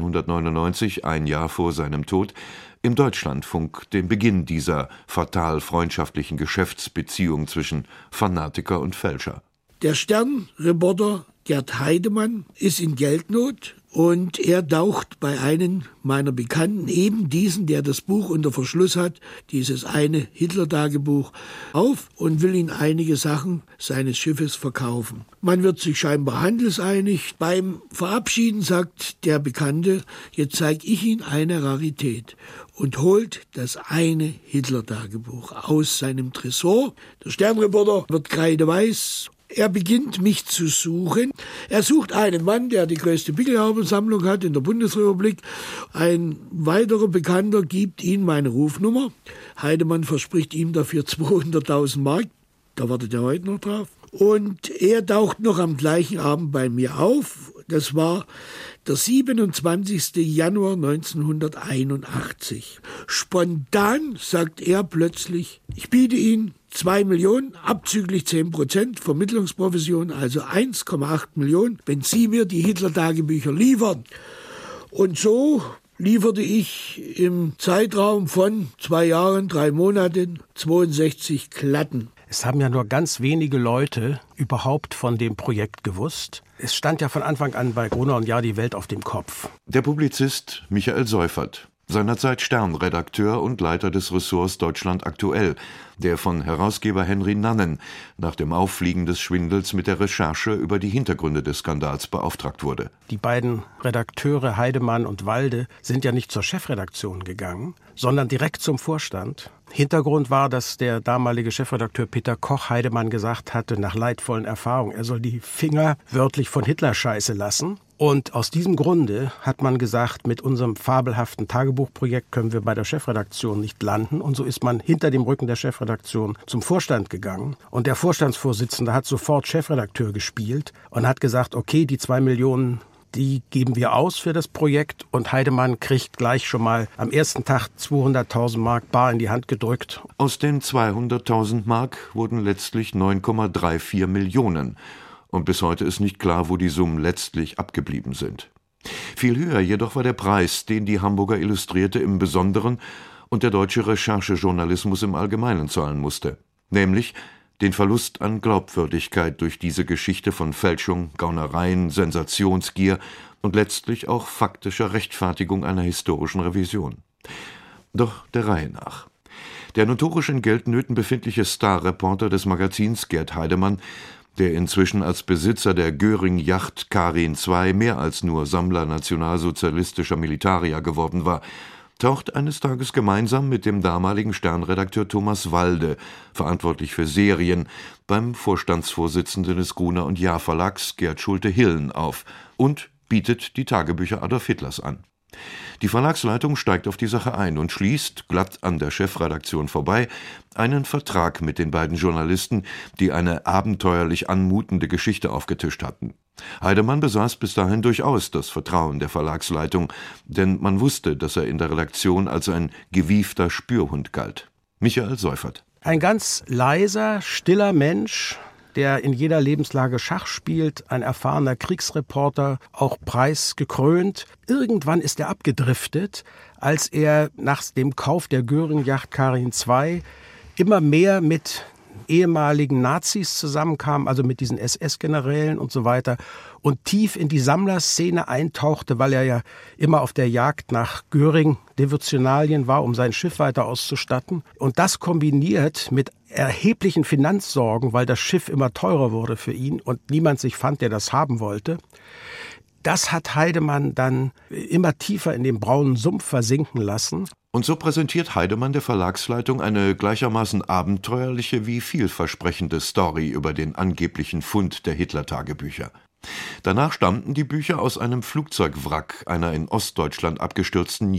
1999, ein Jahr vor seinem Tod, im Deutschlandfunk den Beginn dieser fatal freundschaftlichen Geschäftsbeziehung zwischen Fanatiker und Fälscher. Der Stern-Reporter Gerd Heidemann ist in Geldnot und er taucht bei einem meiner Bekannten, eben diesen, der das Buch unter Verschluss hat, dieses eine Hitler-Tagebuch, auf und will ihm einige Sachen seines Schiffes verkaufen. Man wird sich scheinbar handelseinig. Beim Verabschieden sagt der Bekannte, jetzt zeige ich Ihnen eine Rarität und holt das eine Hitler-Tagebuch aus seinem Tresor. Der Sternreporter wird kreideweiß. Er beginnt, mich zu suchen. Er sucht einen Mann, der die größte Pickelhaubensammlung hat in der Bundesrepublik. Ein weiterer Bekannter gibt ihm meine Rufnummer. Heidemann verspricht ihm dafür 200.000 Mark. Da wartet er heute noch drauf. Und er taucht noch am gleichen Abend bei mir auf. Das war der 27. Januar 1981. Spontan sagt er plötzlich, ich biete Ihnen 2 Millionen, abzüglich 10% Vermittlungsprovision, also 1,8 Millionen, wenn Sie mir die Hitler-Tagebücher liefern. Und so lieferte ich im Zeitraum von 2 Jahren, 3 Monaten 62 Klatten. Es haben ja nur ganz wenige Leute überhaupt von dem Projekt gewusst. Es stand ja von Anfang an bei Gruner und Jahr die Welt auf dem Kopf. Der Publizist Michael Seufert, seinerzeit Stern-Redakteur und Leiter des Ressorts Deutschland aktuell, der von Herausgeber Henry Nannen nach dem Auffliegen des Schwindels mit der Recherche über die Hintergründe des Skandals beauftragt wurde. Die beiden Redakteure Heidemann und Walde sind ja nicht zur Chefredaktion gegangen, sondern direkt zum Vorstand. Hintergrund war, dass der damalige Chefredakteur Peter Koch Heidemann gesagt hatte, nach leidvollen Erfahrungen, er soll die Finger wörtlich von Hitler-Scheiße lassen. Und aus diesem Grunde hat man gesagt, mit unserem fabelhaften Tagebuchprojekt können wir bei der Chefredaktion nicht landen. Und so ist man hinter dem Rücken der Chefredaktion zum Vorstand gegangen. Und der Vorstandsvorsitzende hat sofort Chefredakteur gespielt und hat gesagt, okay, die 2 Millionen, die geben wir aus für das Projekt. Und Heidemann kriegt gleich schon mal am ersten Tag 200.000 Mark bar in die Hand gedrückt. Aus den 200.000 Mark wurden letztlich 9,34 Millionen. Und bis heute ist nicht klar, wo die Summen letztlich abgeblieben sind. Viel höher jedoch war der Preis, den die Hamburger Illustrierte im Besonderen und der deutsche Recherchejournalismus im Allgemeinen zahlen musste. Nämlich den Verlust an Glaubwürdigkeit durch diese Geschichte von Fälschung, Gaunereien, Sensationsgier und letztlich auch faktischer Rechtfertigung einer historischen Revision. Doch der Reihe nach. Der notorisch in Geldnöten befindliche Starreporter des Magazins Gerd Heidemann, der inzwischen als Besitzer der Göring-Yacht Karin II mehr als nur Sammler nationalsozialistischer Militarier geworden war, taucht eines Tages gemeinsam mit dem damaligen Stern-Redakteur Thomas Walde, verantwortlich für Serien, beim Vorstandsvorsitzenden des Gruner und Jahr Verlags Gerd Schulte-Hillen auf und bietet die Tagebücher Adolf Hitlers an. Die Verlagsleitung steigt auf die Sache ein und schließt, glatt an der Chefredaktion vorbei, einen Vertrag mit den beiden Journalisten, die eine abenteuerlich anmutende Geschichte aufgetischt hatten. Heidemann besaß bis dahin durchaus das Vertrauen der Verlagsleitung, denn man wusste, dass er in der Redaktion als ein gewiefter Spürhund galt. Michael Seufert. Ein ganz leiser, stiller Mensch, der in jeder Lebenslage Schach spielt, ein erfahrener Kriegsreporter, auch preisgekrönt. Irgendwann ist er abgedriftet, als er nach dem Kauf der Göring-Yacht Karin II immer mehr mit ehemaligen Nazis zusammenkam, also mit diesen SS-Generälen und so weiter, und tief in die Sammlerszene eintauchte, weil er ja immer auf der Jagd nach Göring-Devotionalien war, um sein Schiff weiter auszustatten. Und das kombiniert mit erheblichen Finanzsorgen, weil das Schiff immer teurer wurde für ihn und niemand sich fand, der das haben wollte. Das hat Heidemann dann immer tiefer in den braunen Sumpf versinken lassen. Und so präsentiert Heidemann der Verlagsleitung eine gleichermaßen abenteuerliche wie vielversprechende Story über den angeblichen Fund der Hitler-Tagebücher. Danach stammten die Bücher aus einem Flugzeugwrack einer in Ostdeutschland abgestürzten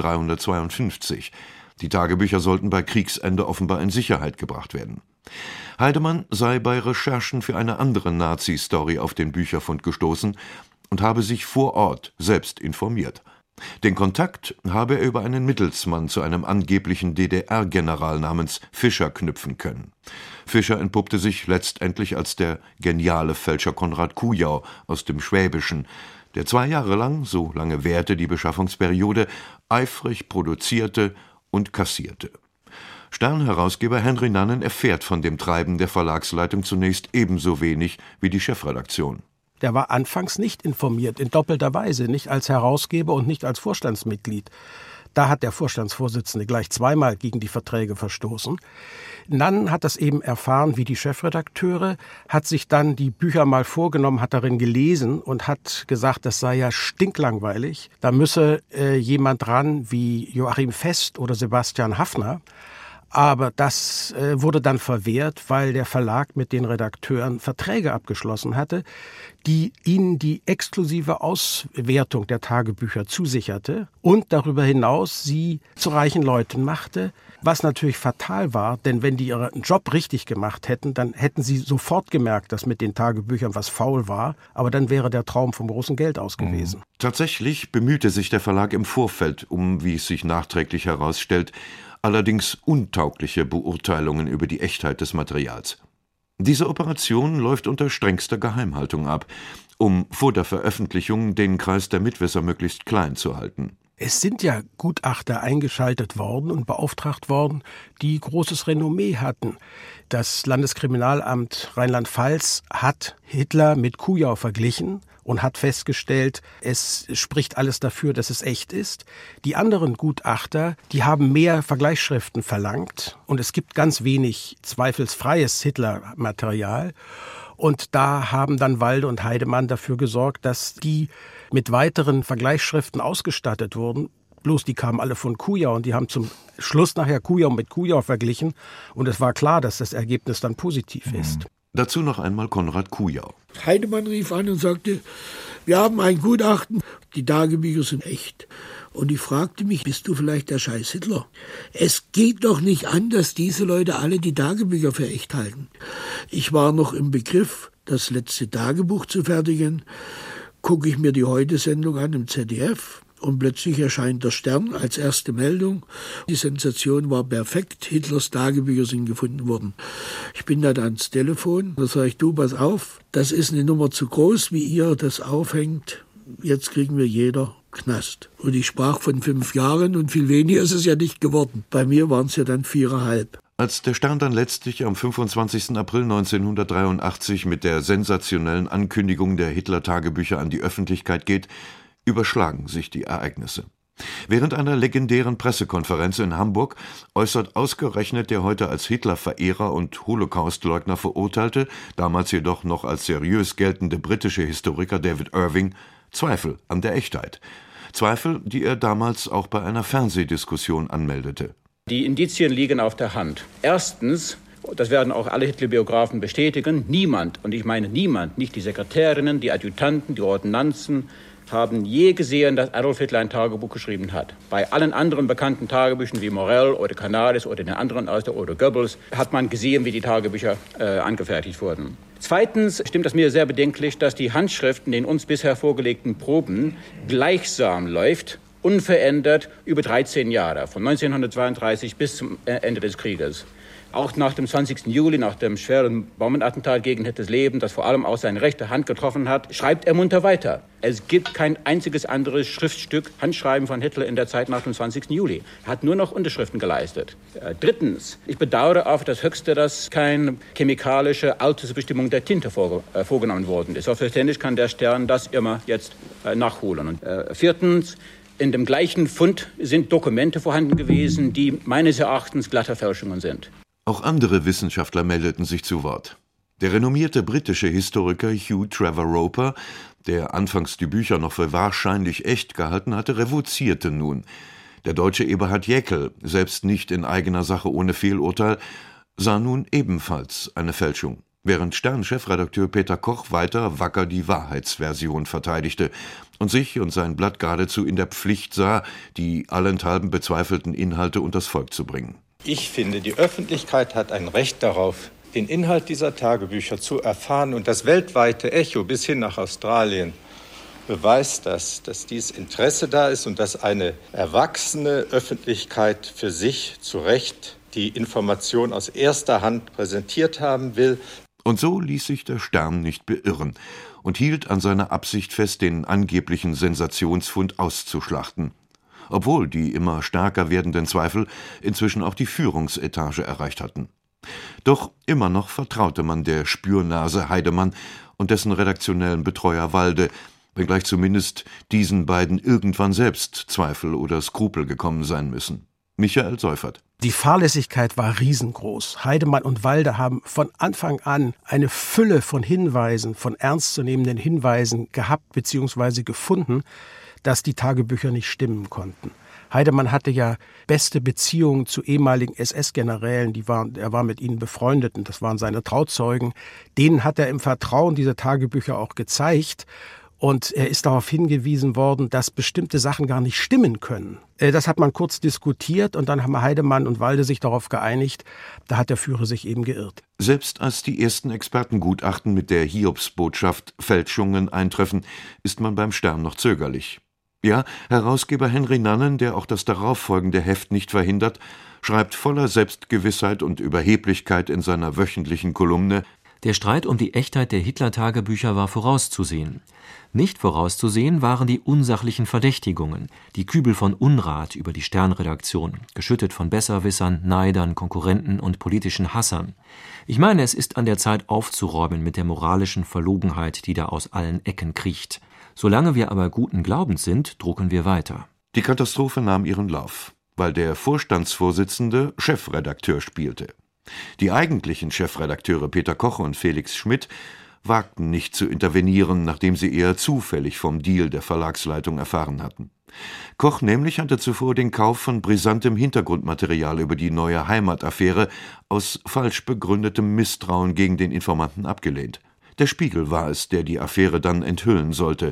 Ju-352. Die Tagebücher sollten bei Kriegsende offenbar in Sicherheit gebracht werden. Heidemann sei bei Recherchen für eine andere Nazi-Story auf den Bücherfund gestoßen und habe sich vor Ort selbst informiert. Den Kontakt habe er über einen Mittelsmann zu einem angeblichen DDR-General namens Fischer knüpfen können. Fischer entpuppte sich letztendlich als der geniale Fälscher Konrad Kujau aus dem Schwäbischen, der 2 Jahre lang, so lange währte die Beschaffungsperiode, eifrig produzierte und kassierte. Stern-Herausgeber Henry Nannen erfährt von dem Treiben der Verlagsleitung zunächst ebenso wenig wie die Chefredaktion. Der war anfangs nicht informiert, in doppelter Weise, nicht als Herausgeber und nicht als Vorstandsmitglied. Da hat der Vorstandsvorsitzende gleich 2-mal gegen die Verträge verstoßen. Nannen hat das eben erfahren wie die Chefredakteure, hat sich dann die Bücher mal vorgenommen, hat darin gelesen und hat gesagt, das sei ja stinklangweilig. Da müsse jemand ran wie Joachim Fest oder Sebastian Haffner. Aber das wurde dann verwehrt, weil der Verlag mit den Redakteuren Verträge abgeschlossen hatte, die ihnen die exklusive Auswertung der Tagebücher zusicherte und darüber hinaus sie zu reichen Leuten machte, was natürlich fatal war, denn wenn die ihren Job richtig gemacht hätten, dann hätten sie sofort gemerkt, dass mit den Tagebüchern was faul war, aber dann wäre der Traum vom großen Geld aus gewesen. Tatsächlich bemühte sich der Verlag im Vorfeld um, wie es sich nachträglich herausstellt, allerdings untaugliche Beurteilungen über die Echtheit des Materials. Diese Operation läuft unter strengster Geheimhaltung ab, um vor der Veröffentlichung den Kreis der Mitwisser möglichst klein zu halten. Es sind ja Gutachter eingeschaltet worden und beauftragt worden, die großes Renommee hatten. Das Landeskriminalamt Rheinland-Pfalz hat Hitler mit Kujau verglichen und hat festgestellt, es spricht alles dafür, dass es echt ist. Die anderen Gutachter, die haben mehr Vergleichsschriften verlangt und es gibt ganz wenig zweifelsfreies Hitler-Material. Und da haben dann Walde und Heidemann dafür gesorgt, dass die mit weiteren Vergleichsschriften ausgestattet wurden. Bloß die kamen alle von Kujau und die haben zum Schluss nachher Kujau mit Kujau verglichen. Und es war klar, dass das Ergebnis dann positiv ist. Dazu noch einmal Konrad Kujau. Heidemann rief an und sagte, Wir haben ein Gutachten, die Tagebücher sind echt. Und ich fragte mich, bist du vielleicht der scheiß Hitler? Es geht doch nicht an, dass diese Leute alle die Tagebücher für echt halten. Ich war noch im Begriff, das letzte Tagebuch zu fertigen. Gucke ich mir die Heute-Sendung an im ZDF und plötzlich erscheint der Stern als erste Meldung. Die Sensation war perfekt, Hitlers Tagebücher sind gefunden worden. Ich bin dann ans Telefon, da sage ich, du, pass auf, das ist eine Nummer zu groß, wie ihr das aufhängt. Jetzt kriegen wir jeder Knast. Und ich sprach von 5 Jahren und viel weniger ist es ja nicht geworden. Bei mir waren es ja dann 4,5. Als der Stern dann letztlich am 25. April 1983 mit der sensationellen Ankündigung der Hitler-Tagebücher an die Öffentlichkeit geht, überschlagen sich die Ereignisse. Während einer legendären Pressekonferenz in Hamburg äußert ausgerechnet der heute als Hitler-Verehrer und Holocaust-Leugner verurteilte, damals jedoch noch als seriös geltende britische Historiker David Irving Zweifel an der Echtheit. Zweifel, die er damals auch bei einer Fernsehdiskussion anmeldete. Die Indizien liegen auf der Hand. Erstens, das werden auch alle Hitler-Biografen bestätigen, niemand, und ich meine niemand, nicht die Sekretärinnen, die Adjutanten, die Ordonnanzen, haben je gesehen, dass Adolf Hitler ein Tagebuch geschrieben hat. Bei allen anderen bekannten Tagebüchern wie Morell oder Canaris oder den anderen oder Goebbels hat man gesehen, wie die Tagebücher angefertigt wurden. Zweitens stimmt es mir sehr bedenklich, dass die Handschrift in den uns bisher vorgelegten Proben gleichsam läuft, unverändert über 13 Jahre, von 1932 bis zum Ende des Krieges. Auch nach dem 20. Juli, nach dem schweren Bombenattentat gegen Hitlers Leben, das vor allem auch seine rechte Hand getroffen hat, schreibt er munter weiter. Es gibt kein einziges anderes Schriftstück, Handschreiben von Hitler in der Zeit nach dem 20. Juli. Er hat nur noch Unterschriften geleistet. Drittens, ich bedauere auf das Höchste, dass keine chemikalische Altersbestimmung der Tinte vorgenommen worden ist. Selbstverständlich kann der Stern das immer jetzt nachholen. Und viertens, in dem gleichen Fund sind Dokumente vorhanden gewesen, die meines Erachtens glatte Fälschungen sind. Auch andere Wissenschaftler meldeten sich zu Wort. Der renommierte britische Historiker Hugh Trevor Roper, der anfangs die Bücher noch für wahrscheinlich echt gehalten hatte, revozierte nun. Der deutsche Eberhard Jäckel, selbst nicht in eigener Sache ohne Fehlurteil, sah nun ebenfalls eine Fälschung, während Stern-Chefredakteur Peter Koch weiter wacker die Wahrheitsversion verteidigte und sich und sein Blatt geradezu in der Pflicht sah, die allenthalben bezweifelten Inhalte unters Volk zu bringen. Ich finde, die Öffentlichkeit hat ein Recht darauf, den Inhalt dieser Tagebücher zu erfahren. Und das weltweite Echo bis hin nach Australien beweist das, dass dieses Interesse da ist und dass eine erwachsene Öffentlichkeit für sich zu Recht die Information aus erster Hand präsentiert haben will. Und so ließ sich der Stern nicht beirren und hielt an seiner Absicht fest, den angeblichen Sensationsfund auszuschlachten. Obwohl die immer stärker werdenden Zweifel inzwischen auch die Führungsetage erreicht hatten. Doch immer noch vertraute man der Spürnase Heidemann und dessen redaktionellen Betreuer Walde, wenngleich zumindest diesen beiden irgendwann selbst Zweifel oder Skrupel gekommen sein müssen. Michael Seufert. Die Fahrlässigkeit war riesengroß. Heidemann und Walde haben von Anfang an eine Fülle von Hinweisen, von ernstzunehmenden Hinweisen gehabt bzw. gefunden, dass die Tagebücher nicht stimmen konnten. Heidemann hatte ja beste Beziehungen zu ehemaligen SS-Generälen, er war mit ihnen befreundet und das waren seine Trauzeugen. Denen hat er im Vertrauen diese Tagebücher auch gezeigt und er ist darauf hingewiesen worden, dass bestimmte Sachen gar nicht stimmen können. Das hat man kurz diskutiert und dann haben Heidemann und Walde sich darauf geeinigt, da hat der Führer sich eben geirrt. Selbst als die ersten Expertengutachten mit der Hiobsbotschaft Fälschungen eintreffen, ist man beim Stern noch zögerlich. Ja, Herausgeber Henry Nannen, der auch das darauffolgende Heft nicht verhindert, schreibt voller Selbstgewissheit und Überheblichkeit in seiner wöchentlichen Kolumne: Der Streit um die Echtheit der Hitler-Tagebücher war vorauszusehen. Nicht vorauszusehen waren die unsachlichen Verdächtigungen, die Kübel von Unrat über die Stern-Redaktion, geschüttet von Besserwissern, Neidern, Konkurrenten und politischen Hassern. Ich meine, es ist an der Zeit aufzuräumen mit der moralischen Verlogenheit, die da aus allen Ecken kriecht. Solange wir aber guten Glaubens sind, drucken wir weiter. Die Katastrophe nahm ihren Lauf, weil der Vorstandsvorsitzende Chefredakteur spielte. Die eigentlichen Chefredakteure Peter Koch und Felix Schmidt wagten nicht zu intervenieren, nachdem sie eher zufällig vom Deal der Verlagsleitung erfahren hatten. Koch nämlich hatte zuvor den Kauf von brisantem Hintergrundmaterial über die neue Heimataffäre aus falsch begründetem Misstrauen gegen den Informanten abgelehnt. Der Spiegel war es, der die Affäre dann enthüllen sollte,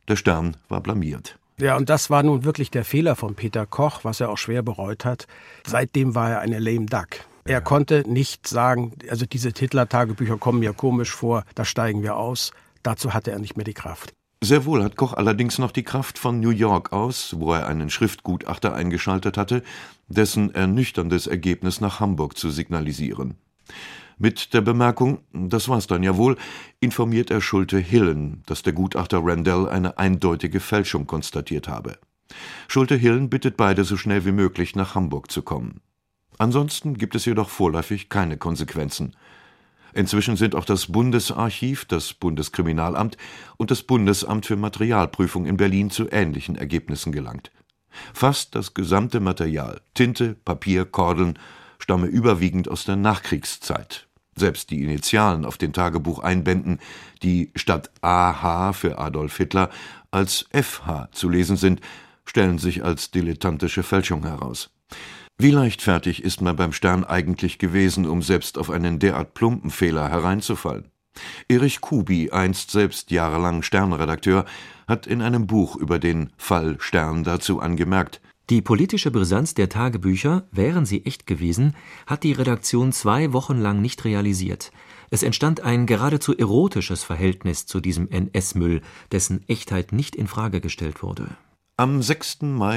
Der Stern war blamiert. Ja, und das war nun wirklich der Fehler von Peter Koch, was er auch schwer bereut hat. Seitdem war er eine lame duck. Er konnte nicht sagen, also diese Hitler-Tagebücher kommen mir komisch vor, da steigen wir aus. Dazu hatte er nicht mehr die Kraft. Sehr wohl hat Koch allerdings noch die Kraft von New York aus, wo er einen Schriftgutachter eingeschaltet hatte, dessen ernüchterndes Ergebnis nach Hamburg zu signalisieren. Mit der Bemerkung, das war's dann ja wohl, informiert er Schulte-Hillen, dass der Gutachter Randell eine eindeutige Fälschung konstatiert habe. Schulte-Hillen bittet beide, so schnell wie möglich nach Hamburg zu kommen. Ansonsten gibt es jedoch vorläufig keine Konsequenzen. Inzwischen sind auch das Bundesarchiv, das Bundeskriminalamt und das Bundesamt für Materialprüfung in Berlin zu ähnlichen Ergebnissen gelangt. Fast das gesamte Material, Tinte, Papier, Kordeln, stamme überwiegend aus der Nachkriegszeit. Selbst die Initialen auf den Tagebucheinbänden, die statt AH für Adolf Hitler als FH zu lesen sind, stellen sich als dilettantische Fälschung heraus. Wie leichtfertig ist man beim Stern eigentlich gewesen, um selbst auf einen derart plumpen Fehler hereinzufallen? Erich Kubi, einst selbst jahrelang Sternredakteur, hat in einem Buch über den Fall Stern dazu angemerkt: Die politische Brisanz der Tagebücher, wären sie echt gewesen, hat die Redaktion 2 Wochen lang nicht realisiert. Es entstand ein geradezu erotisches Verhältnis zu diesem NS-Müll, dessen Echtheit nicht in Frage gestellt wurde. Am 6. Mai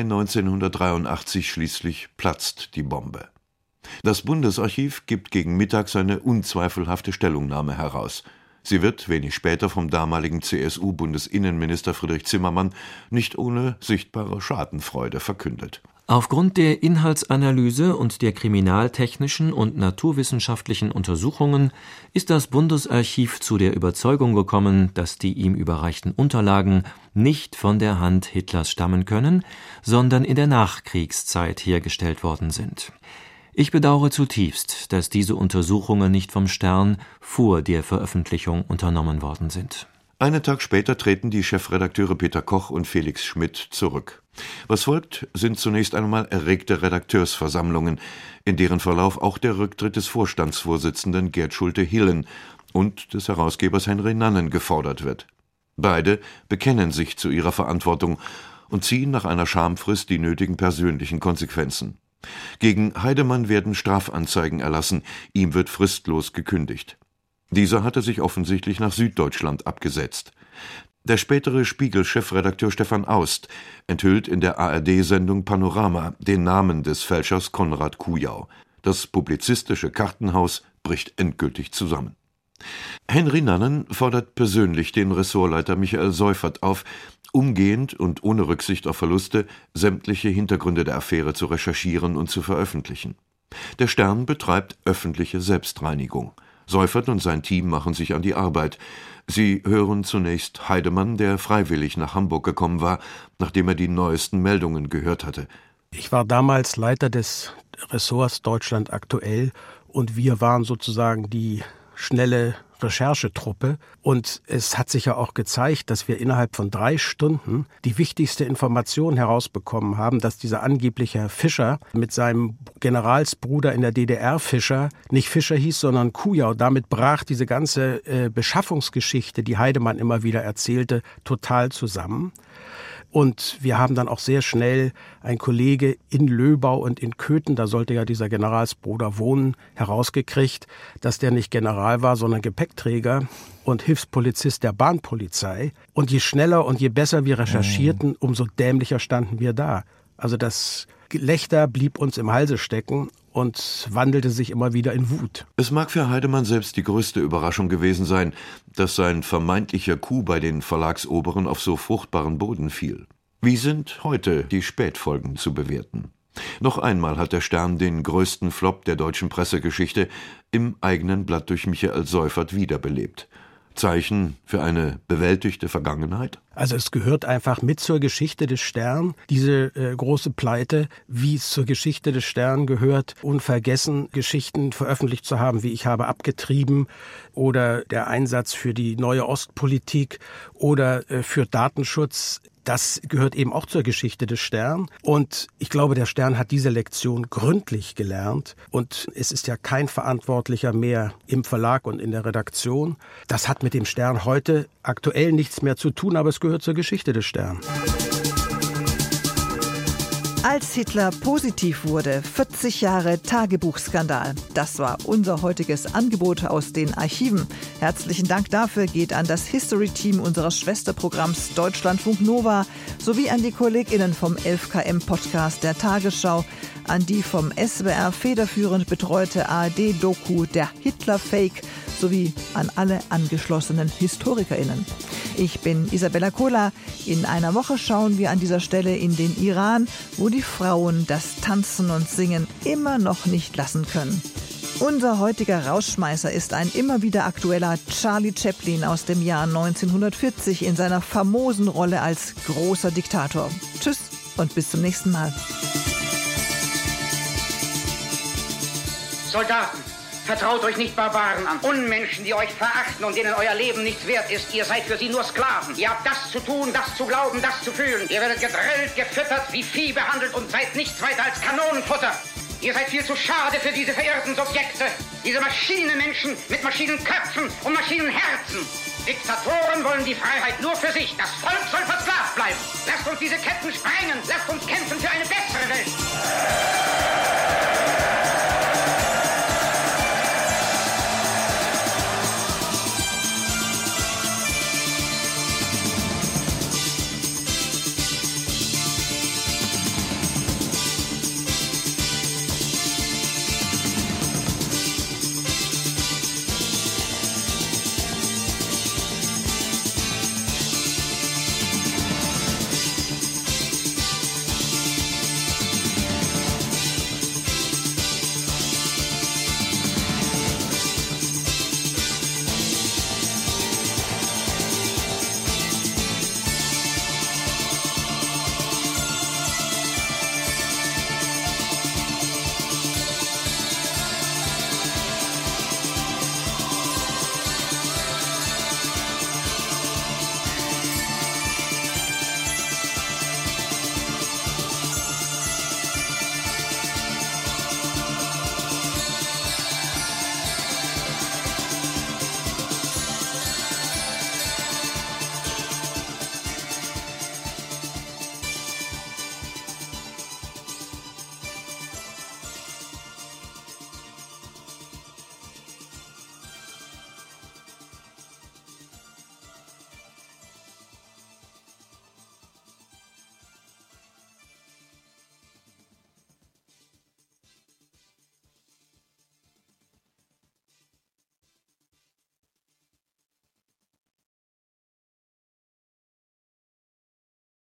1983 schließlich platzt die Bombe. Das Bundesarchiv gibt gegen Mittag seine unzweifelhafte Stellungnahme heraus. Sie wird wenig später vom damaligen CSU-Bundesinnenminister Friedrich Zimmermann nicht ohne sichtbare Schadenfreude verkündet. Aufgrund der Inhaltsanalyse und der kriminaltechnischen und naturwissenschaftlichen Untersuchungen ist das Bundesarchiv zu der Überzeugung gekommen, dass die ihm überreichten Unterlagen nicht von der Hand Hitlers stammen können, sondern in der Nachkriegszeit hergestellt worden sind. Ich bedauere zutiefst, dass diese Untersuchungen nicht vom Stern vor der Veröffentlichung unternommen worden sind. Einen Tag später treten die Chefredakteure Peter Koch und Felix Schmidt zurück. Was folgt, sind zunächst einmal erregte Redakteursversammlungen, in deren Verlauf auch der Rücktritt des Vorstandsvorsitzenden Gerd Schulte-Hillen und des Herausgebers Henry Nannen gefordert wird. Beide bekennen sich zu ihrer Verantwortung und ziehen nach einer Schamfrist die nötigen persönlichen Konsequenzen. Gegen Heidemann werden Strafanzeigen erlassen, ihm wird fristlos gekündigt. Dieser hatte sich offensichtlich nach Süddeutschland abgesetzt. Der spätere Spiegel-Chefredakteur Stefan Aust enthüllt in der ARD-Sendung Panorama den Namen des Fälschers Konrad Kujau. Das publizistische Kartenhaus bricht endgültig zusammen. Henry Nannen fordert persönlich den Ressortleiter Michael Seufert auf, umgehend und ohne Rücksicht auf Verluste sämtliche Hintergründe der Affäre zu recherchieren und zu veröffentlichen. Der Stern betreibt öffentliche Selbstreinigung. Seufert und sein Team machen sich an die Arbeit. Sie hören zunächst Heidemann, der freiwillig nach Hamburg gekommen war, nachdem er die neuesten Meldungen gehört hatte. Ich war damals Leiter des Ressorts Deutschland aktuell und wir waren sozusagen die schnelle Recherchetruppe. Und es hat sich ja auch gezeigt, dass wir innerhalb von 3 Stunden die wichtigste Information herausbekommen haben, dass dieser angebliche Herr Fischer mit seinem Generalsbruder in der DDR Fischer nicht Fischer hieß, sondern Kujau. Damit brach diese ganze Beschaffungsgeschichte, die Heidemann immer wieder erzählte, total zusammen. Und wir haben dann auch sehr schnell ein Kollege in Löbau und in Köthen, da sollte ja dieser Generalsbruder wohnen, herausgekriegt, dass der nicht General war, sondern Gepäckträger und Hilfspolizist der Bahnpolizei. Und je schneller und je besser wir recherchierten, umso dämlicher standen wir da. Also das Gelächter blieb uns im Halse stecken und wandelte sich immer wieder in Wut. Es mag für Heidemann selbst die größte Überraschung gewesen sein, dass sein vermeintlicher Coup bei den Verlagsoberen auf so fruchtbaren Boden fiel. Wie sind heute die Spätfolgen zu bewerten? Noch einmal hat der Stern den größten Flop der deutschen Pressegeschichte im eigenen Blatt durch Michael Seufert wiederbelebt. Zeichen für eine bewältigte Vergangenheit? Also es gehört einfach mit zur Geschichte des Stern, diese große Pleite, wie es zur Geschichte des Stern gehört, unvergessen Geschichten veröffentlicht zu haben, wie Ich habe abgetrieben oder der Einsatz für die neue Ostpolitik oder für Datenschutz. Das gehört eben auch zur Geschichte des Stern. Und ich glaube, der Stern hat diese Lektion gründlich gelernt. Und es ist ja kein Verantwortlicher mehr im Verlag und in der Redaktion. Das hat mit dem Stern heute aktuell nichts mehr zu tun, aber es gehört zur Geschichte des Stern. Als Hitler positiv wurde, 40 Jahre Tagebuchskandal. Das war unser heutiges Angebot aus den Archiven. Herzlichen Dank dafür geht an das History-Team unseres Schwesterprogramms Deutschlandfunk Nova sowie an die KollegInnen vom 11KM-Podcast der Tagesschau, an die vom SWR federführend betreute ARD-Doku Der Hitler-Fake sowie an alle angeschlossenen HistorikerInnen. Ich bin Isabella Kohler. In einer Woche schauen wir an dieser Stelle in den Iran, wo die Frauen das Tanzen und Singen immer noch nicht lassen können. Unser heutiger Rausschmeißer ist ein immer wieder aktueller Charlie Chaplin aus dem Jahr 1940 in seiner famosen Rolle als großer Diktator. Tschüss und bis zum nächsten Mal. Soldaten, vertraut euch nicht Barbaren an. Unmenschen, die euch verachten und denen euer Leben nichts wert ist. Ihr seid für sie nur Sklaven. Ihr habt das zu tun, das zu glauben, das zu fühlen. Ihr werdet gedrillt, gefüttert, wie Vieh behandelt und seid nichts weiter als Kanonenfutter. Ihr seid viel zu schade für diese verirrten Subjekte. Diese Maschinenmenschen mit Maschinenköpfen und Maschinenherzen. Diktatoren wollen die Freiheit nur für sich. Das Volk soll versklavt bleiben. Lasst uns diese Ketten sprengen. Lasst uns kämpfen für eine bessere Welt.